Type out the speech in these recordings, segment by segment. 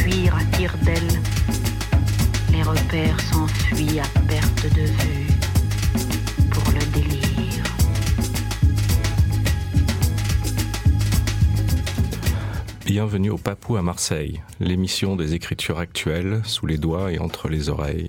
fuir à tire d'aile. Les repères s'enfuient à perte de vue pour le délire. Bienvenue au Papou à Marseille, l'émission des écritures actuelles sous les doigts et entre les oreilles.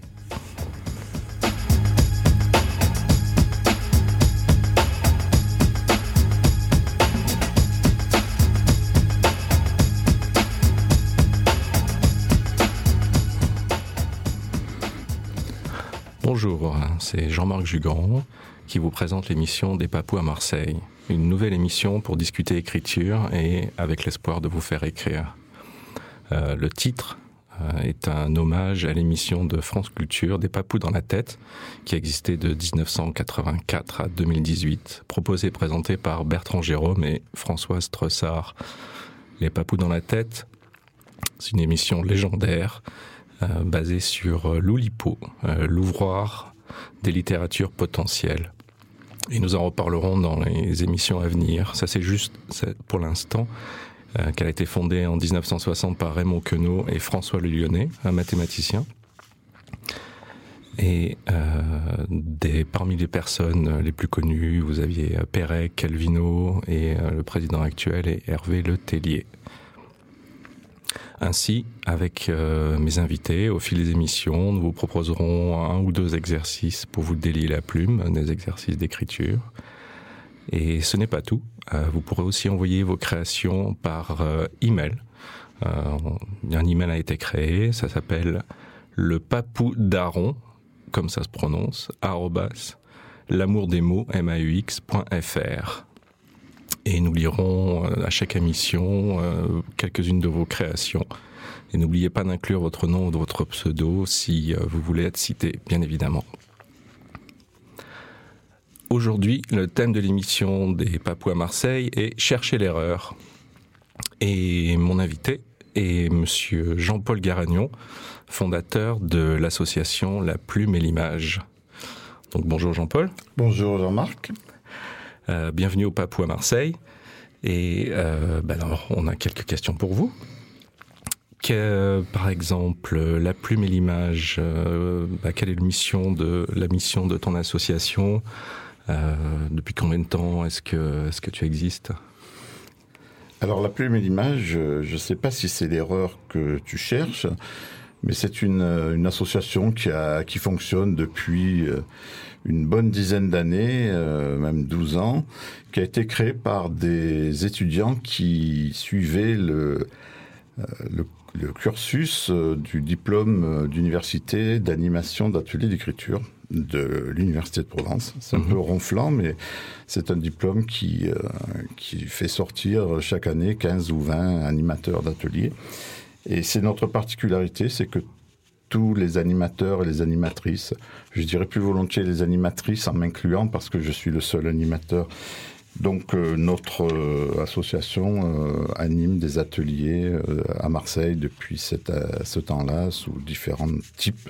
Bonjour, c'est Jean-Marc Jugan qui vous présente l'émission des Papous à Marseille. Une nouvelle émission pour discuter écriture et avec l'espoir de vous faire écrire. Le titre est un hommage à l'émission de France Culture des Papous dans la tête qui existait de 1984 à 2018, proposée et présentée par Bertrand Jérôme et Françoise Tressard. Les Papous dans la tête, c'est une émission légendaire basée sur l'Oulipo, l'ouvroir des littératures potentielles. Et nous en reparlerons dans les émissions à venir. Ça, c'est juste pour l'instant qu'elle a été fondée en 1960 par Raymond Queneau et François Le Lyonnais, un mathématicien. Et parmi les personnes les plus connues, vous aviez Pérec, Calvino et le président actuel est Hervé Le Tellier. Ainsi, avec mes invités, au fil des émissions, nous vous proposerons 1 ou 2 exercices pour vous délier la plume, des exercices d'écriture. Et ce n'est pas tout. Vous pourrez aussi envoyer vos créations par email. Un email a été créé, ça s'appelle le papou daron, comme ça se prononce, @l'amourdesmots, MAUX.fr. Et nous lirons à chaque émission quelques-unes de vos créations. Et n'oubliez pas d'inclure votre nom ou votre pseudo si vous voulez être cité, bien évidemment. Aujourd'hui, le thème de l'émission des Papous à Marseille est « Chercher l'erreur ». Et mon invité est monsieur Jean-Paul Garagnon, fondateur de l'association La Plume et l'Image. Donc bonjour Jean-Paul. Bonjour Jean-Marc. Bienvenue au Papou à Marseille. Et alors, on a quelques questions pour vous. Par exemple, La Plume et l'Image, quelle est la mission de ton association? Depuis combien de temps est-ce que tu existes? Alors, La Plume et l'Image, je ne sais pas si c'est l'erreur que tu cherches, mais c'est une association qui fonctionne depuis une bonne dizaine d'années, même 12 ans, qui a été créée par des étudiants qui suivaient le cursus du diplôme d'université d'animation d'atelier d'écriture de l'Université de Provence. C'est un peu ronflant, mais c'est un diplôme qui fait sortir chaque année 15 ou 20 animateurs d'ateliers. Et c'est notre particularité, c'est que tous les animateurs et les animatrices, je dirais plus volontiers les animatrices en m'incluant parce que je suis le seul animateur. Donc notre association anime des ateliers à Marseille depuis ce temps-là sous différents types.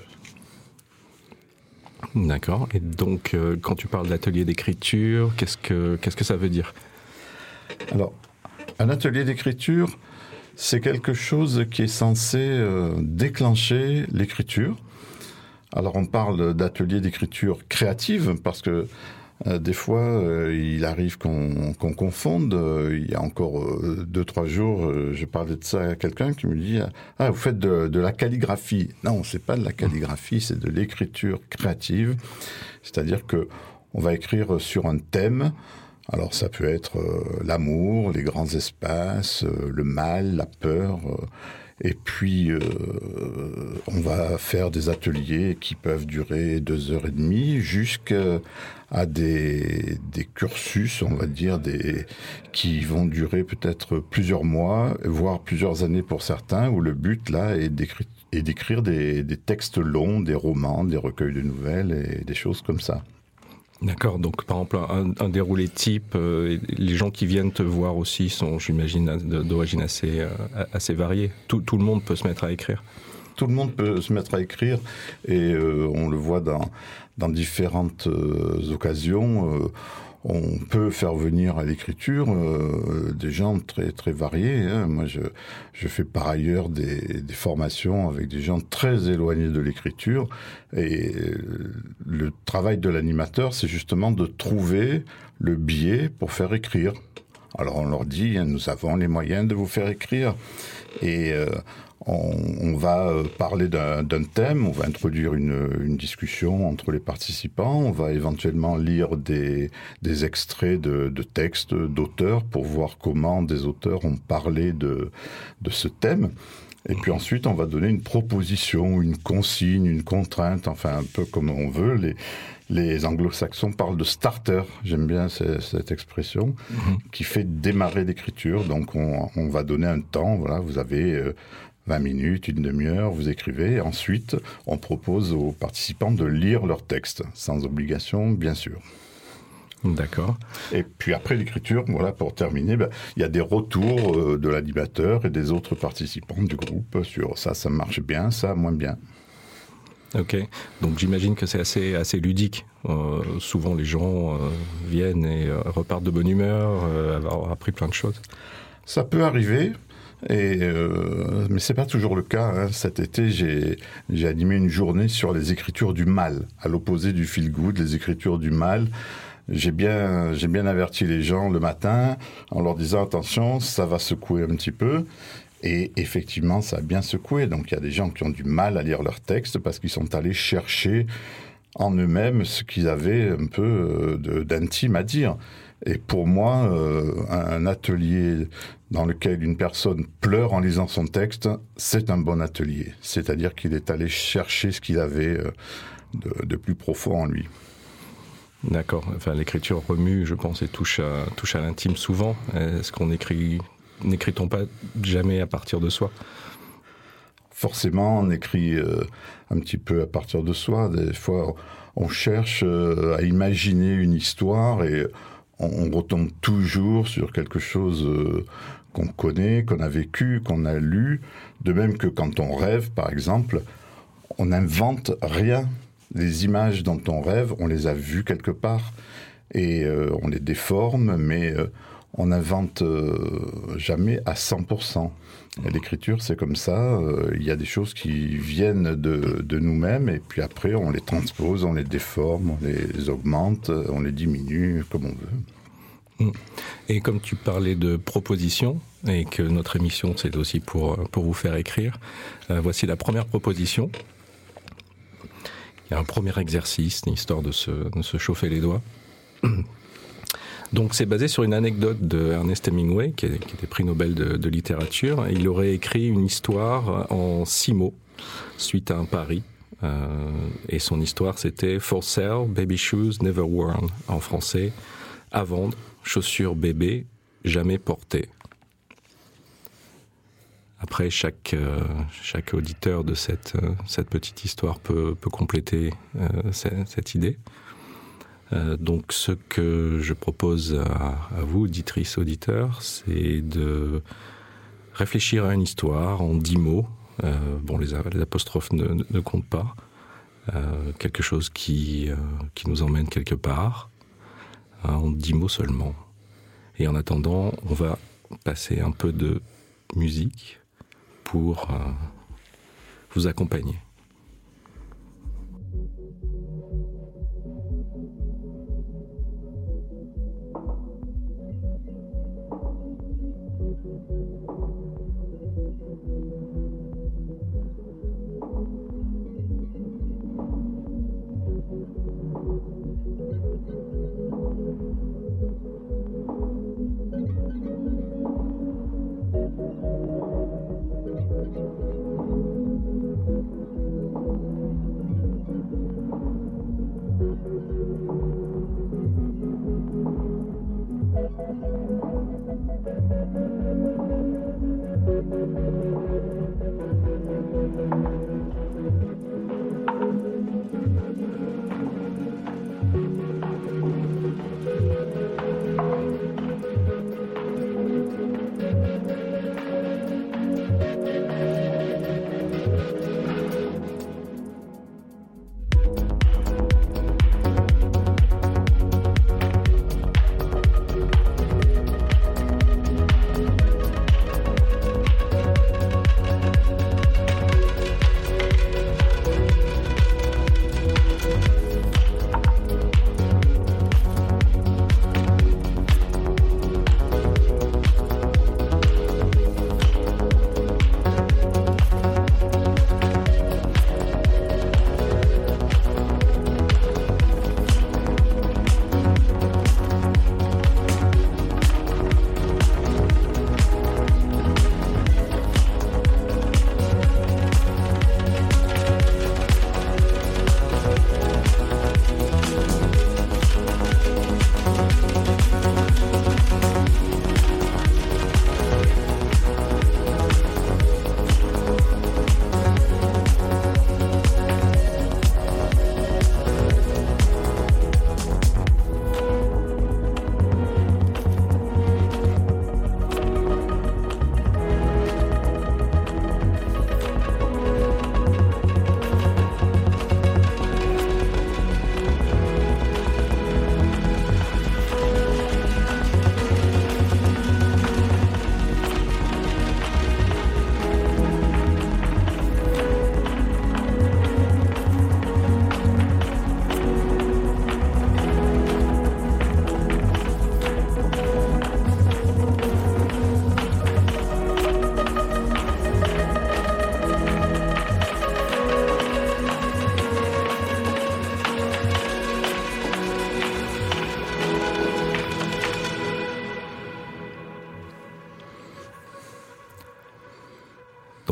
D'accord. Et donc quand tu parles d'atelier d'écriture, qu'est-ce que ça veut dire? Alors, un atelier d'écriture, c'est quelque chose qui est censé déclencher l'écriture. Alors on parle d'atelier d'écriture créative parce que des fois il arrive qu'on confonde. Il y a encore 2-3 jours, je parlais de ça à quelqu'un qui me dit « Ah, vous faites de la calligraphie ». Non, c'est pas de la calligraphie, c'est de l'écriture créative. C'est-à-dire que on va écrire sur un thème. Alors ça peut être l'amour, les grands espaces, le mal, la peur, et puis on va faire des ateliers qui peuvent durer 2h30 jusqu'à des cursus, on va dire, qui vont durer peut-être plusieurs mois, voire plusieurs années pour certains, où le but là est d'écrire des textes longs, des romans, des recueils de nouvelles et des choses comme ça. D'accord, donc par exemple un déroulé type, les gens qui viennent te voir aussi sont, j'imagine, d'origine assez variée. Tout le monde peut se mettre à écrire. Tout le monde peut se mettre à écrire et on le voit dans différentes occasions. on peut faire venir à l'écriture des gens très très variés. Moi, je fais par ailleurs des formations avec des gens très éloignés de l'écriture. Et le travail de l'animateur, c'est justement de trouver le biais pour faire écrire. Alors on leur dit, nous avons les moyens de vous faire écrire. Et on va parler d'un thème, on va introduire une discussion entre les participants, on va éventuellement lire des extraits de textes d'auteurs pour voir comment des auteurs ont parlé de ce thème. Et puis ensuite, on va donner une proposition, une consigne, une contrainte, enfin un peu comme on veut. Les anglo-saxons parlent de starter, j'aime bien cette expression, qui fait démarrer l'écriture. Donc on va donner un temps, voilà, vous avez 20 minutes, une demi-heure, vous écrivez. Et ensuite, on propose aux participants de lire leur texte, sans obligation, bien sûr. D'accord. Et puis après l'écriture, voilà, pour terminer, il y a des retours de l'animateur et des autres participants du groupe sur ça marche bien, ça moins bien. Ok, donc j'imagine que c'est assez ludique. Souvent les gens viennent et repartent de bonne humeur, avoir appris plein de choses. Ça peut arriver. Mais c'est pas toujours le cas. Hein. Cet été, j'ai animé une journée sur les écritures du mal, à l'opposé du feel good, les écritures du mal. J'ai bien averti les gens le matin en leur disant attention, ça va secouer un petit peu. Et effectivement, ça a bien secoué. Donc il y a des gens qui ont du mal à lire leur texte parce qu'ils sont allés chercher en eux-mêmes ce qu'ils avaient un peu d'intime à dire. Et pour moi, un atelier dans lequel une personne pleure en lisant son texte, c'est un bon atelier. C'est-à-dire qu'il est allé chercher ce qu'il avait de plus profond en lui. D'accord. Enfin, l'écriture remue, je pense, et touche à l'intime souvent. Est-ce qu'on n'écrit-on pas jamais à partir de soi ? Forcément, on écrit un petit peu à partir de soi. Des fois, on cherche à imaginer une histoire et on retombe toujours sur quelque chose qu'on connaît, qu'on a vécu, qu'on a lu. De même que quand on rêve, par exemple, on n'invente rien. Les images dont on rêve, on les a vues quelque part et on les déforme, mais on n'invente jamais à 100%. Et l'écriture, c'est comme ça. Il y a des choses qui viennent de nous-mêmes et puis après, on les transpose, on les déforme, on les augmente, on les diminue, comme on veut. Et comme tu parlais de propositions, et que notre émission, c'est aussi pour vous faire écrire, voici la première proposition. Il y a un premier exercice, histoire de se chauffer les doigts. Donc c'est basé sur une anecdote de Ernest Hemingway, qui était prix Nobel de littérature. Il aurait écrit une histoire en 6 mots, suite à un pari. Et son histoire, c'était « For sale, baby shoes never worn ». En français, « À vendre, chaussures bébé, jamais portées ». Après, chaque auditeur de cette petite histoire peut compléter cette idée. Donc, ce que je propose à vous, auditrices, auditeurs, c'est de réfléchir à une histoire en 10 mots. Bon, les apostrophes ne comptent pas. Quelque chose qui nous emmène quelque part, en 10 mots seulement. Et en attendant, on va passer un peu de musique pour vous accompagner.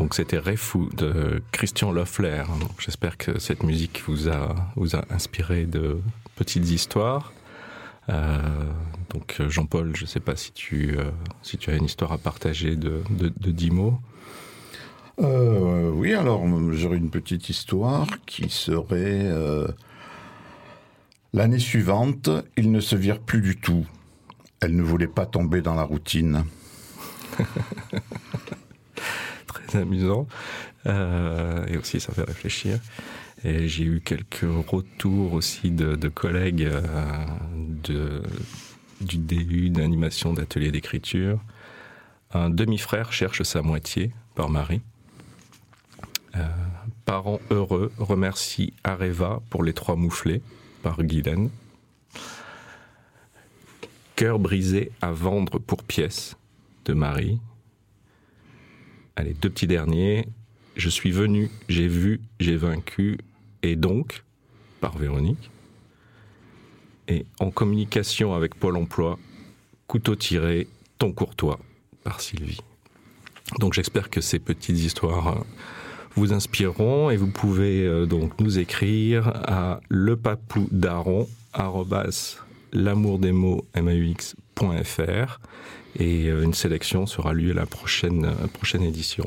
Donc c'était Refou de Christian Loeffler. Donc j'espère que cette musique vous a inspiré de petites histoires. Donc Jean-Paul, je ne sais pas si tu as une histoire à partager de 10 mots. Oui, alors j'aurais une petite histoire qui serait l'année suivante, ils ne se virent plus du tout. Elle ne voulait pas tomber dans la routine. Très amusant. Et aussi, ça fait réfléchir. Et j'ai eu quelques retours aussi de collègues du DU d'animation d'atelier d'écriture. Un demi-frère cherche sa moitié, par Marie. Parents heureux remercie Areva pour les 3 mouflets, par Guylaine. Cœur brisé à vendre pour pièces, de Marie. Allez, 2 petits derniers. Je suis venu, j'ai vu, j'ai vaincu, et donc, par Véronique. Et en communication avec Pôle emploi, couteau tiré, ton courtois, par Sylvie. Donc j'espère que ces petites histoires vous inspireront et vous pouvez donc nous écrire à lepapoudaron@l'amourdesmots.fr et une sélection sera lue à la prochaine édition.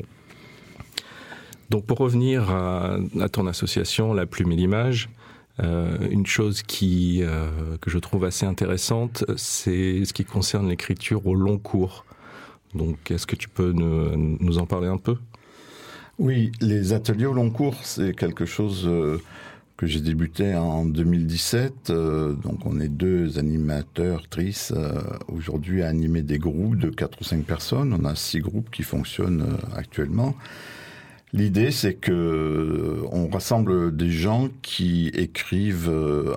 Donc pour revenir à ton association, La Plume et l'Image, une chose que je trouve assez intéressante, c'est ce qui concerne l'écriture au long cours. Donc est-ce que tu peux nous en parler un peu ? Oui, les ateliers au long cours, c'est quelque chose que j'ai débuté en 2017. Donc on est 2 animateurs-trices aujourd'hui à animer des groupes de 4 ou 5 personnes. On a 6 groupes qui fonctionnent actuellement. L'idée, c'est que on rassemble des gens qui écrivent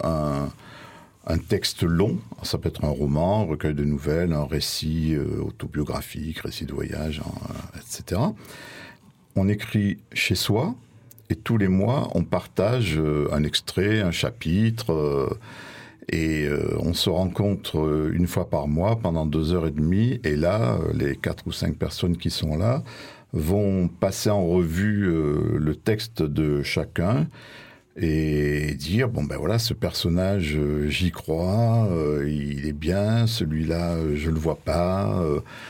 un texte long. Ça peut être un roman, un recueil de nouvelles, un récit autobiographique, récit de voyage, etc. On écrit chez soi et tous les mois, on partage un extrait, un chapitre et on se rencontre une fois par mois pendant 2h30 et là, les 4 ou 5 personnes qui sont là vont passer en revue le texte de chacun et dire, bon ben voilà, ce personnage, j'y crois, il est bien, celui-là, je le vois pas...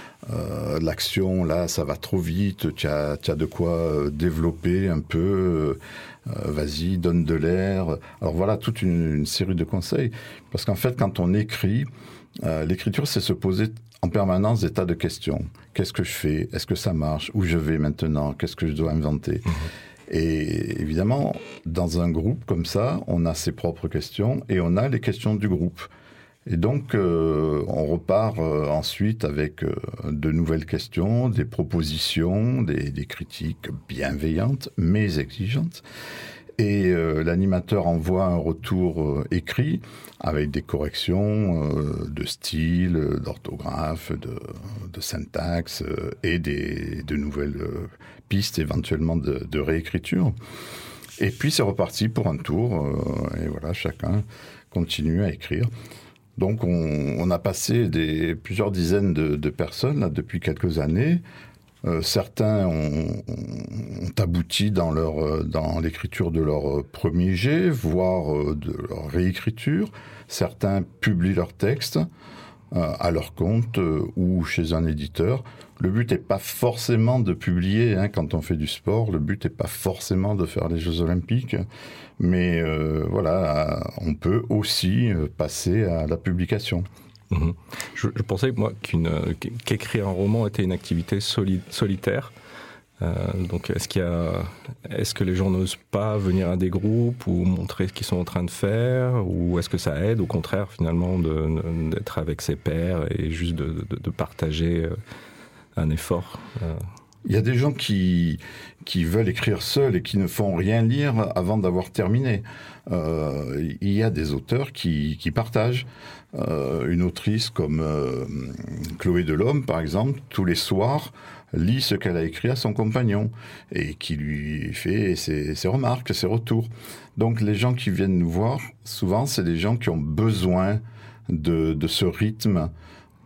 l'action, là, ça va trop vite, tu as de quoi développer un peu, vas-y, donne de l'air. Alors voilà, toute une série de conseils. Parce qu'en fait, quand on écrit, l'écriture, c'est se poser en permanence des tas de questions. Qu'est-ce que je fais ? Est-ce que ça marche ? Où je vais maintenant ? Qu'est-ce que je dois inventer ? Et évidemment, dans un groupe comme ça, on a ses propres questions et on a les questions du groupe. Et donc, on repart ensuite avec de nouvelles questions, des propositions, des critiques bienveillantes, mais exigeantes. Et l'animateur envoie un retour écrit avec des corrections de style, d'orthographe, de syntaxe et de nouvelles pistes éventuellement de réécriture. Et puis, c'est reparti pour un tour. Et voilà, chacun continue à écrire. Donc, on a passé plusieurs dizaines de personnes là, depuis quelques années. Certains ont abouti dans l'écriture de leur premier jet, voire de leur réécriture. Certains publient leurs textes à leur compte ou chez un éditeur. Le but n'est pas forcément de publier quand on fait du sport. Le but n'est pas forcément de faire les Jeux Olympiques. Mais voilà, on peut aussi passer à la publication. Mmh. Je pensais moi qu'écrire un roman était une activité solitaire. Donc est-ce que les gens n'osent pas venir à des groupes ou montrer ce qu'ils sont en train de faire, ou est-ce que ça aide au contraire finalement d'être avec ses pairs et juste de partager un effort Il y a des gens qui veulent écrire seuls et qui ne font rien lire avant d'avoir terminé. Il y a des auteurs qui partagent. Une autrice comme Chloé Delhomme, par exemple, tous les soirs, lit ce qu'elle a écrit à son compagnon et qui lui fait ses remarques, ses retours. Donc les gens qui viennent nous voir, souvent, c'est des gens qui ont besoin de ce rythme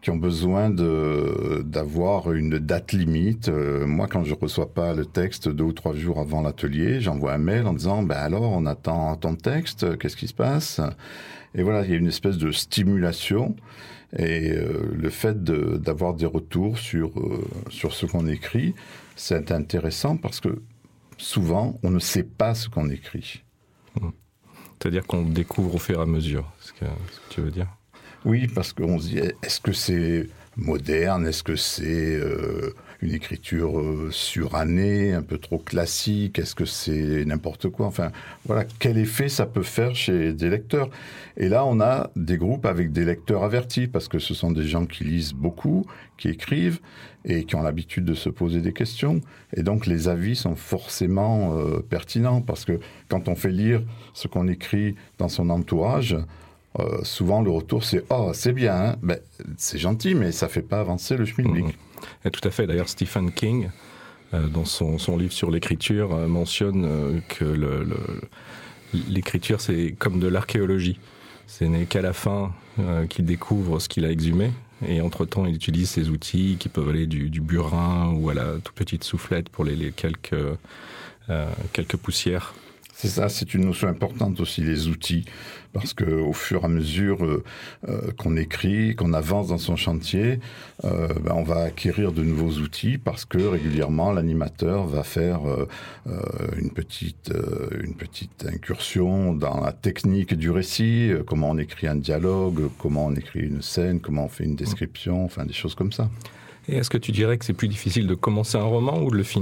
qui ont besoin d'avoir une date limite. Moi, quand je reçois pas le texte 2 ou 3 jours avant l'atelier, j'envoie un mail en disant alors on attend ton texte, qu'est-ce qui se passe? Et voilà, il y a une espèce de stimulation et le fait d'avoir des retours sur ce qu'on écrit, c'est intéressant parce que souvent on ne sait pas ce qu'on écrit. C'est-à-dire qu'on découvre au fur et à mesure, ce que tu veux dire? Oui, parce qu'on se dit, est-ce que c'est moderne? Est-ce que c'est une écriture surannée, un peu trop classique? Est-ce que c'est n'importe quoi? Enfin, voilà, quel effet ça peut faire chez des lecteurs? Et là, on a des groupes avec des lecteurs avertis, parce que ce sont des gens qui lisent beaucoup, qui écrivent, et qui ont l'habitude de se poser des questions. Et donc, les avis sont forcément pertinents, parce que quand on fait lire ce qu'on écrit dans son entourage, souvent le retour c'est « Oh, c'est bien, hein !» Ben, c'est gentil, mais ça ne fait pas avancer le schmilblick. Et tout à fait. D'ailleurs, Stephen King, dans son livre sur l'écriture, mentionne que l'écriture, c'est comme de l'archéologie. Ce n'est qu'à la fin qu'il découvre ce qu'il a exhumé. Et entre-temps, il utilise ces outils qui peuvent aller du burin ou à la toute petite soufflette pour les quelques poussières. C'est ça, c'est une notion importante aussi, les outils, parce qu'au fur et à mesure qu'on écrit, qu'on avance dans son chantier, on va acquérir de nouveaux outils, parce que régulièrement l'animateur va faire une petite incursion dans la technique du récit, comment on écrit un dialogue, comment on écrit une scène, comment on fait une description, enfin des choses comme ça. Et est-ce que tu dirais que c'est plus difficile de commencer un roman ou de le finir ?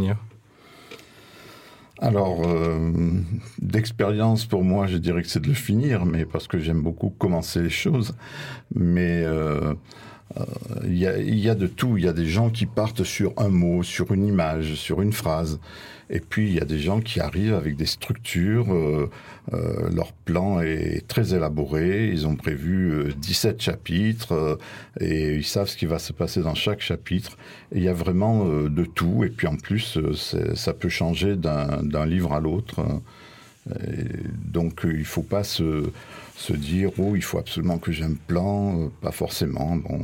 Alors, d'expérience pour moi, je dirais que c'est de le finir, mais parce que j'aime beaucoup commencer les choses. Mais il y a de tout. Il y a des gens qui partent sur un mot, sur une image, sur une phrase. Et puis, il y a des gens qui arrivent avec des structures. Leur plan est très élaboré. Ils ont prévu 17 chapitres et ils savent ce qui va se passer dans chaque chapitre. Et il y a vraiment de tout. Et puis, en plus, ça peut changer d'un livre à l'autre. Donc, il ne faut pas se dire « Oh, il faut absolument que j'ai un plan. » Pas forcément. Bon.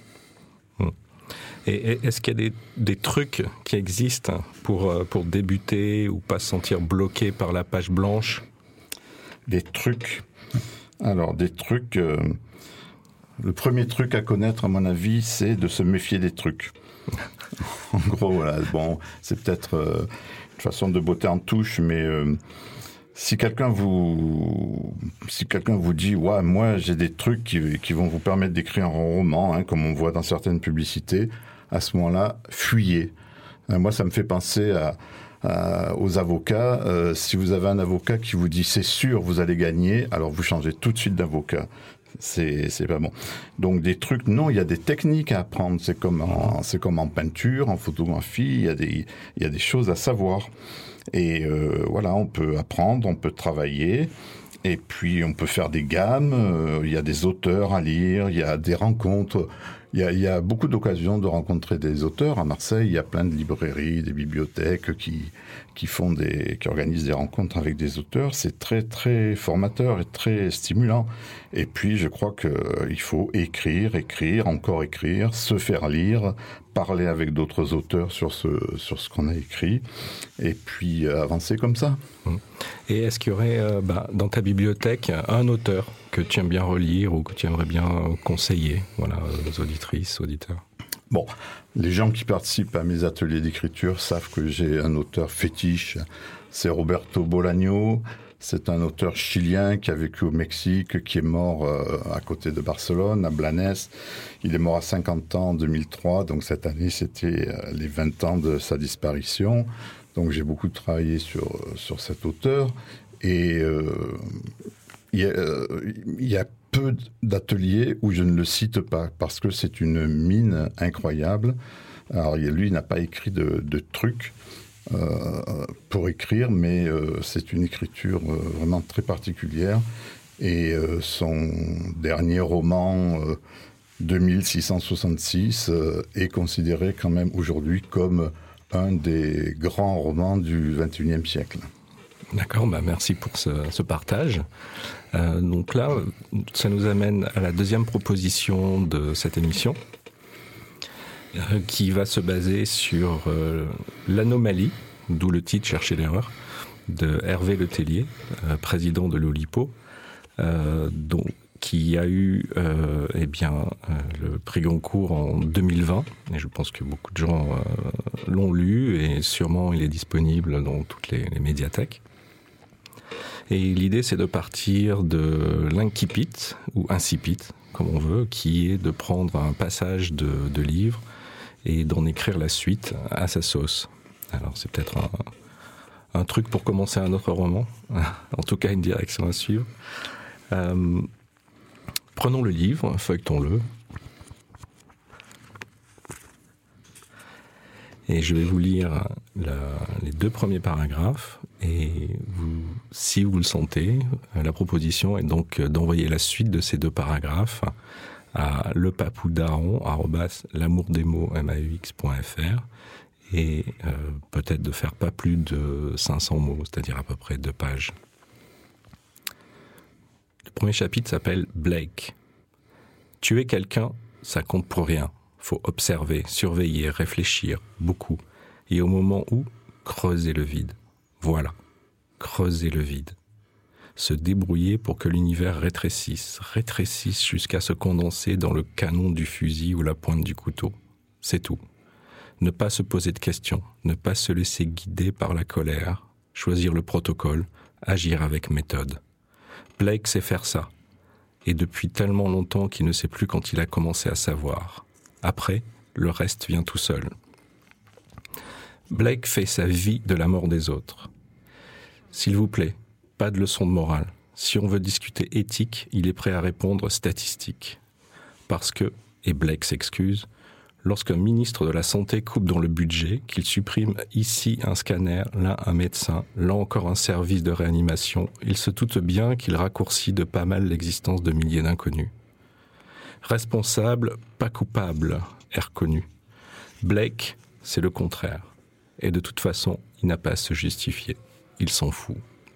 Et est-ce qu'il y a des trucs qui existent pour débuter ou pas se sentir bloqué par la page blanche ? Des trucs. Alors, des trucs... le premier truc à connaître, à mon avis, c'est de se méfier des trucs. En gros, voilà. Bon, c'est peut-être une façon de botter en touche, mais... Si quelqu'un vous dit « Ouais, moi, j'ai des trucs qui vont vous permettre d'écrire un roman, hein, comme on voit dans certaines publicités », à ce moment-là, fuyez. Moi, ça me fait penser aux avocats. Si vous avez un avocat qui vous dit « C'est sûr, vous allez gagner », alors vous changez tout de suite d'avocat. C'est pas bon. Donc des trucs, non, il y a des techniques à apprendre. C'est comme en peinture, en photographie, il y a des choses à savoir. Et voilà, on peut apprendre, on peut travailler, et puis on peut faire des gammes. Il y a des auteurs à lire, il y a des rencontres. Il y a beaucoup d'occasions de rencontrer des auteurs. À Marseille, il y a plein de librairies, des bibliothèques qui organisent des rencontres avec des auteurs. C'est très, très formateur et très stimulant. Et puis, je crois qu'il faut écrire, encore écrire, se faire lire, parler avec d'autres auteurs sur ce qu'on a écrit, et puis avancer comme ça. Et est-ce qu'il y aurait dans ta bibliothèque un auteur que tu aimes bien relire ou que tu aimerais bien conseiller, voilà, aux auditrices, auditeurs? Bon, les gens qui participent à mes ateliers d'écriture savent que j'ai un auteur fétiche, c'est Roberto Bolaño. C'est un auteur chilien qui a vécu au Mexique, qui est mort à côté de Barcelone, à Blanes. Il est mort à 50 ans en 2003, donc cette année, c'était les 20 ans de sa disparition. Donc j'ai beaucoup travaillé sur cet auteur. Et il y a peu d'ateliers où je ne le cite pas, parce que c'est une mine incroyable. Alors lui, il n'a pas écrit de trucs pour écrire, mais c'est une écriture vraiment très particulière. Et son dernier roman, 2666, est considéré quand même aujourd'hui comme un des grands romans du XXIe siècle. D'accord, merci pour ce partage. Donc là, ça nous amène à la deuxième proposition de cette émission. qui va se baser sur l'anomalie, d'où le titre Chercher l'erreur, de Hervé Letellier, président de l'Oulipo, qui a eu le prix Goncourt en 2020. Et je pense que beaucoup de gens l'ont lu et sûrement il est disponible dans toutes les médiathèques. Et l'idée, c'est de partir de l'incipit, ou incipit, comme on veut, qui est de prendre un passage de livre et d'en écrire la suite à sa sauce. Alors, c'est peut-être un truc pour commencer un autre roman, en tout cas une direction à suivre. Prenons le livre, feuilletons-le. Et je vais vous lire les 2 premiers paragraphes. Et si vous le sentez, la proposition est donc d'envoyer la suite de ces 2 paragraphes à lepapoudaron@l'amourdesmots.fr et peut-être de faire pas plus de 500 mots, c'est-à-dire à peu près 2 pages. Le premier chapitre s'appelle Blake. Tuer quelqu'un, ça compte pour rien. Faut observer, surveiller, réfléchir, beaucoup. Et au moment où, creuser le vide. Voilà, creuser le vide. Se débrouiller pour que l'univers rétrécisse jusqu'à se condenser dans le canon du fusil ou la pointe du couteau. C'est tout. Ne pas se poser de questions, ne pas se laisser guider par la colère, choisir le protocole, agir avec méthode. Blake sait faire ça. Et depuis tellement longtemps qu'il ne sait plus quand il a commencé à savoir. Après, le reste vient tout seul. Blake fait sa vie de la mort des autres. S'il vous plaît, pas de leçon de morale. Si on veut discuter éthique, il est prêt à répondre statistique. Parce que, et Blake s'excuse, lorsqu'un ministre de la Santé coupe dans le budget, qu'il supprime ici un scanner, là un médecin, là encore un service de réanimation, il se doute bien qu'il raccourcit de pas mal l'existence de milliers d'inconnus. Responsable, pas coupable, est reconnu. Blake, c'est le contraire. Et de toute façon, il n'a pas à se justifier. Il s'en fout.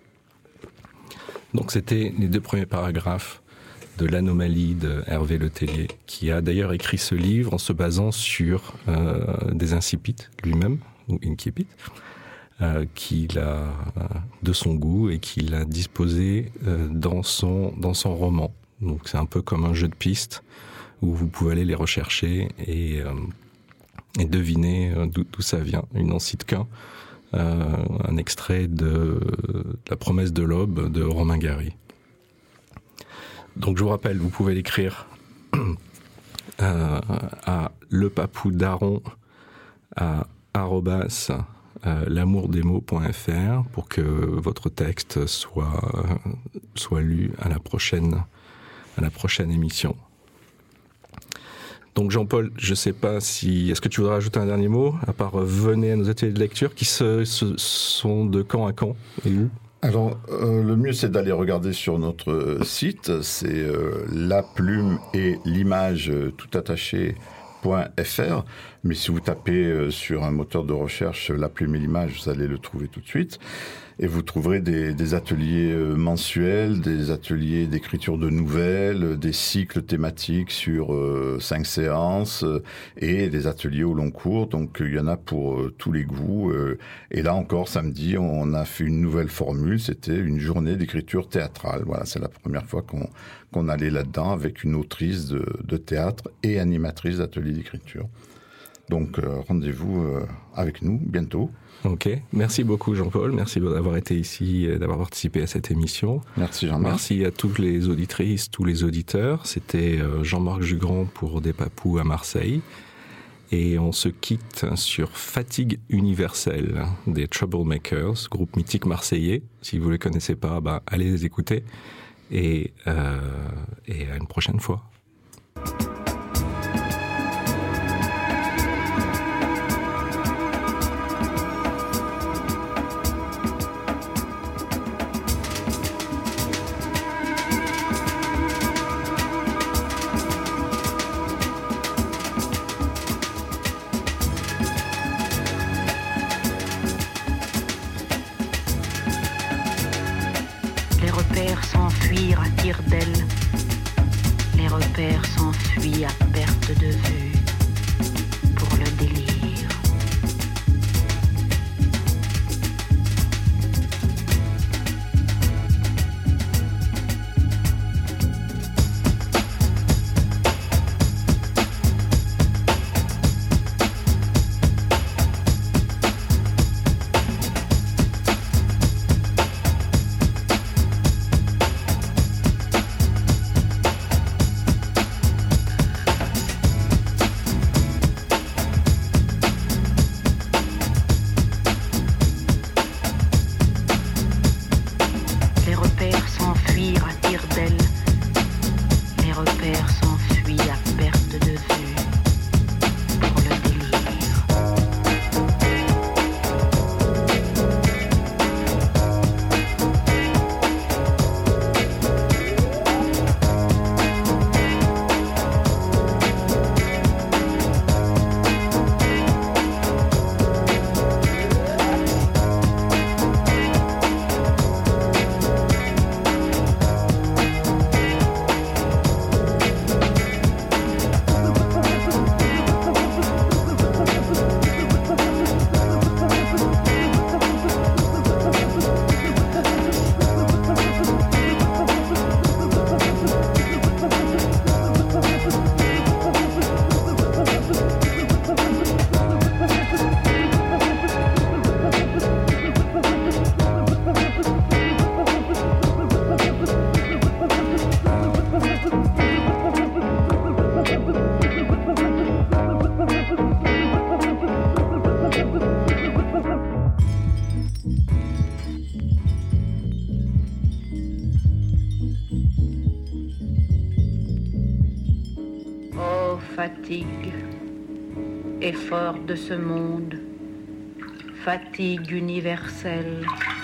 Donc c'était les 2 premiers paragraphes de l'anomalie de Hervé Letellier, qui a d'ailleurs écrit ce livre en se basant sur des incipits lui-même, ou incipits, qu'il a de son goût et qu'il a disposé dans son roman. Donc c'est un peu comme un jeu de pistes où vous pouvez aller les rechercher et deviner d'où ça vient. Il n'en cite qu'un, un extrait de La promesse de l'aube de Romain Gary. Donc je vous rappelle, vous pouvez l'écrire à lepapoudaron@l'amourdesmots.fr pour que votre texte soit lu à la prochaine émission. Donc Jean-Paul, je ne sais pas est-ce que tu voudrais ajouter un dernier mot, à part venez à nos ateliers de lecture, qui sont de quand à quand et où ? Alors, le mieux, c'est d'aller regarder sur notre site, c'est la plume et l'image tout attaché.fr. Mais si vous tapez sur un moteur de recherche la plume et l'image, vous allez le trouver tout de suite. Et vous trouverez des ateliers mensuels, des ateliers d'écriture de nouvelles, des cycles thématiques sur 5 séances et des ateliers au long cours. Donc il y en a pour tous les goûts. Et là encore, samedi, on a fait une nouvelle formule. C'était une journée d'écriture théâtrale. Voilà, c'est la première fois qu'on allait là-dedans avec une autrice de théâtre et animatrice d'ateliers d'écriture. Donc rendez-vous avec nous bientôt. Ok, merci beaucoup Jean-Paul, merci d'avoir été ici, d'avoir participé à cette émission. Merci Jean-Marc. Merci à toutes les auditrices, tous les auditeurs. C'était Jean-Marc Jugrand pour Des Papous à Marseille. Et on se quitte sur Fatigue universelle des Troublemakers, groupe mythique marseillais. Si vous ne les connaissez pas, allez les écouter. Et à une prochaine fois. S'enfuir à tire d'aile, les repères s'enfuient à perte de vue pour effort de ce monde, fatigue universelle,